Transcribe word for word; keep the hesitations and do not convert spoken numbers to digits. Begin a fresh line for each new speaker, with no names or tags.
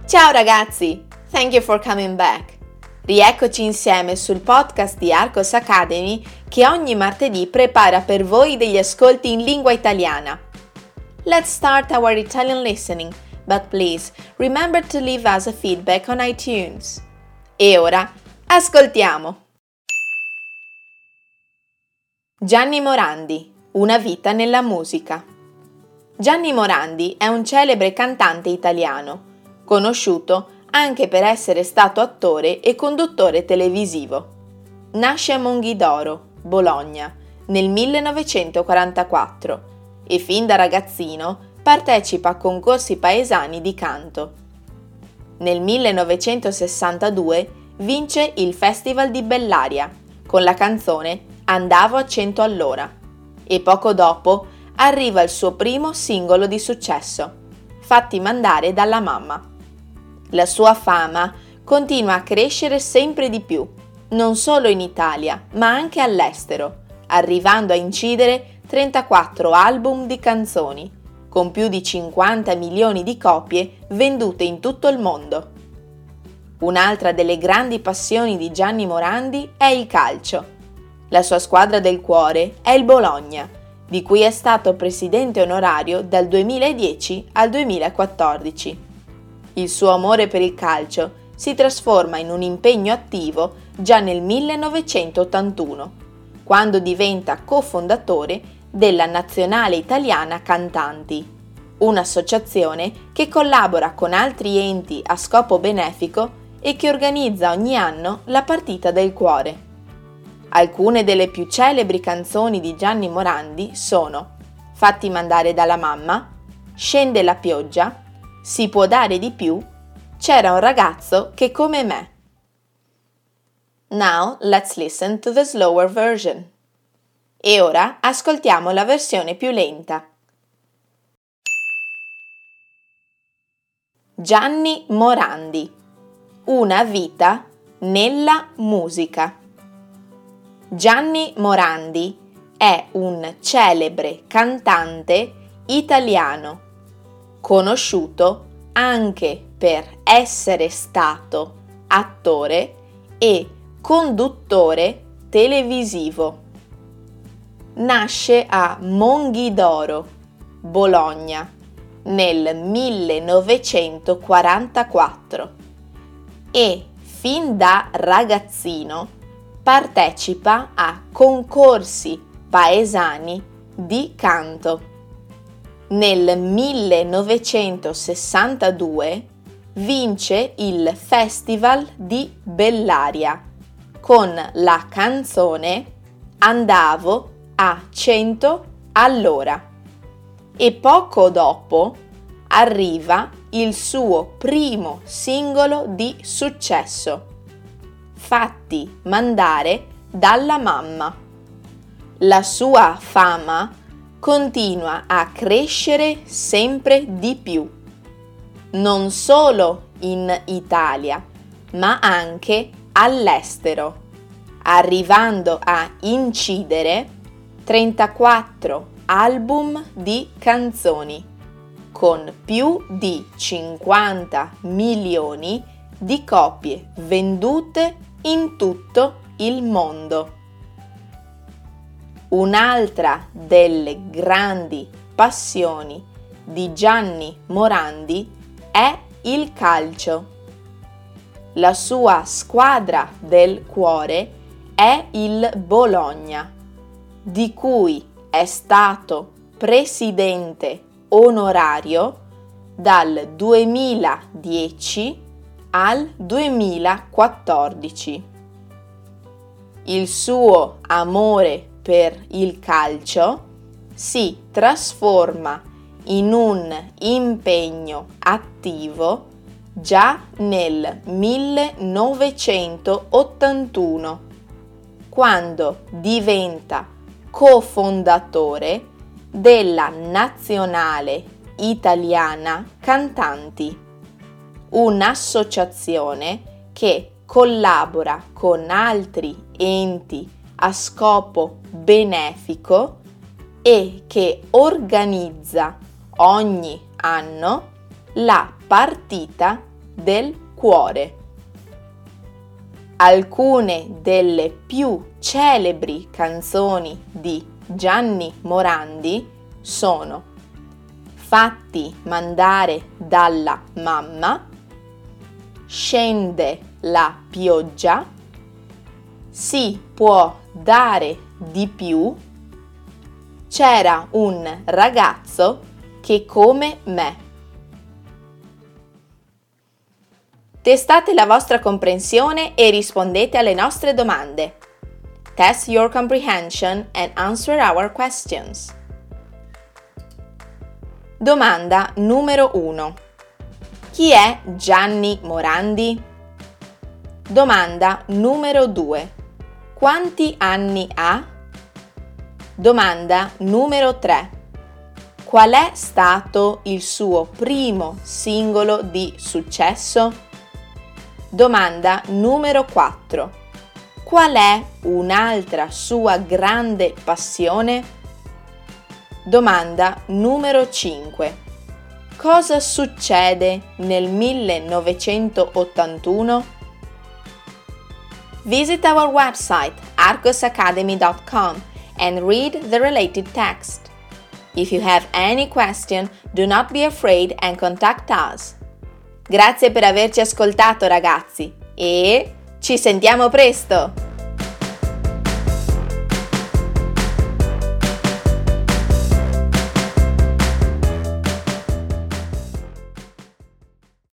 Ciao ragazzi! Thank you for coming back! Rieccoci insieme sul podcast di Arcos Academy che ogni martedì prepara per voi degli ascolti in lingua italiana. Let's start our Italian listening, but please remember to leave us a feedback on iTunes. E ora, ascoltiamo! Gianni Morandi, una vita nella musica. Gianni Morandi è un celebre cantante italiano, conosciuto anche per essere stato attore e conduttore televisivo. Nasce a Monghidoro, Bologna, nel millenovecentoquarantaquattro e fin da ragazzino partecipa a concorsi paesani di canto. Nel millenovecentosessantadue vince il Festival di Bellaria con la canzone Andavo a cento all'ora e poco dopo arriva il suo primo singolo di successo, Fatti mandare dalla mamma. La sua fama continua a crescere sempre di più, non solo in Italia, ma anche all'estero, arrivando a incidere trentaquattro album di canzoni, con più di cinquanta milioni di copie vendute in tutto il mondo. Un'altra delle grandi passioni di Gianni Morandi è il calcio. La sua squadra del cuore è il Bologna, di cui è stato presidente onorario dal duemiladieci al duemilaquattordici. Il suo amore per il calcio si trasforma in un impegno attivo già nel millenovecentottantuno, quando diventa cofondatore della Nazionale Italiana Cantanti, un'associazione che collabora con altri enti a scopo benefico e che organizza ogni anno la Partita del Cuore. Alcune delle più celebri canzoni di Gianni Morandi sono Fatti mandare dalla mamma, Scende la pioggia, Si può dare di più, C'era un ragazzo che come me. Now let's listen to the slower version. E ora ascoltiamo la versione più lenta. Gianni Morandi, una vita nella musica. Gianni Morandi è un celebre cantante italiano, conosciuto anche per essere stato attore e conduttore televisivo. Nasce a Monghidoro, Bologna, nel millenovecentoquarantaquattro e fin da ragazzino partecipa a concorsi paesani di canto. Nel millenovecentosessantadue vince il Festival di Bellaria con la canzone Andavo a cento all'ora e poco dopo arriva il suo primo singolo di successo, Fatti mandare dalla mamma. La sua fama continua a crescere sempre di più, non solo in Italia, ma anche all'estero, arrivando a incidere trentaquattro album di canzoni, con più di cinquanta milioni di copie vendute in tutto il mondo. Un'altra delle grandi passioni di Gianni Morandi è il calcio. La sua squadra del cuore è il Bologna, di cui è stato presidente onorario dal duemiladieci al duemilaquattordici. Il suo amore per il calcio si trasforma in un impegno attivo già nel millenovecentottantuno, quando diventa cofondatore della Nazionale Italiana Cantanti, un'associazione che collabora con altri enti a scopo benefico e che organizza ogni anno la Partita del cuore. Alcune delle più celebri canzoni di Gianni Morandi sono Fatti mandare dalla mamma, Scende la pioggia, Si può dare di più, C'era un ragazzo che come me. Testate la vostra comprensione e rispondete alle nostre domande. Test your comprehension and answer our questions. Domanda numero uno. Chi è Gianni Morandi? Domanda numero due. Quanti anni ha? Domanda numero tre. Qual è stato il suo primo singolo di successo? Domanda numero quattro. Qual è un'altra sua grande passione? Domanda numero cinque. Cosa succede nel millenovecentottantuno? Visit our website arcos academy dot com and read the related text. If you have any question, do not be afraid and contact us. Grazie per averci ascoltato, ragazzi, e ci sentiamo presto!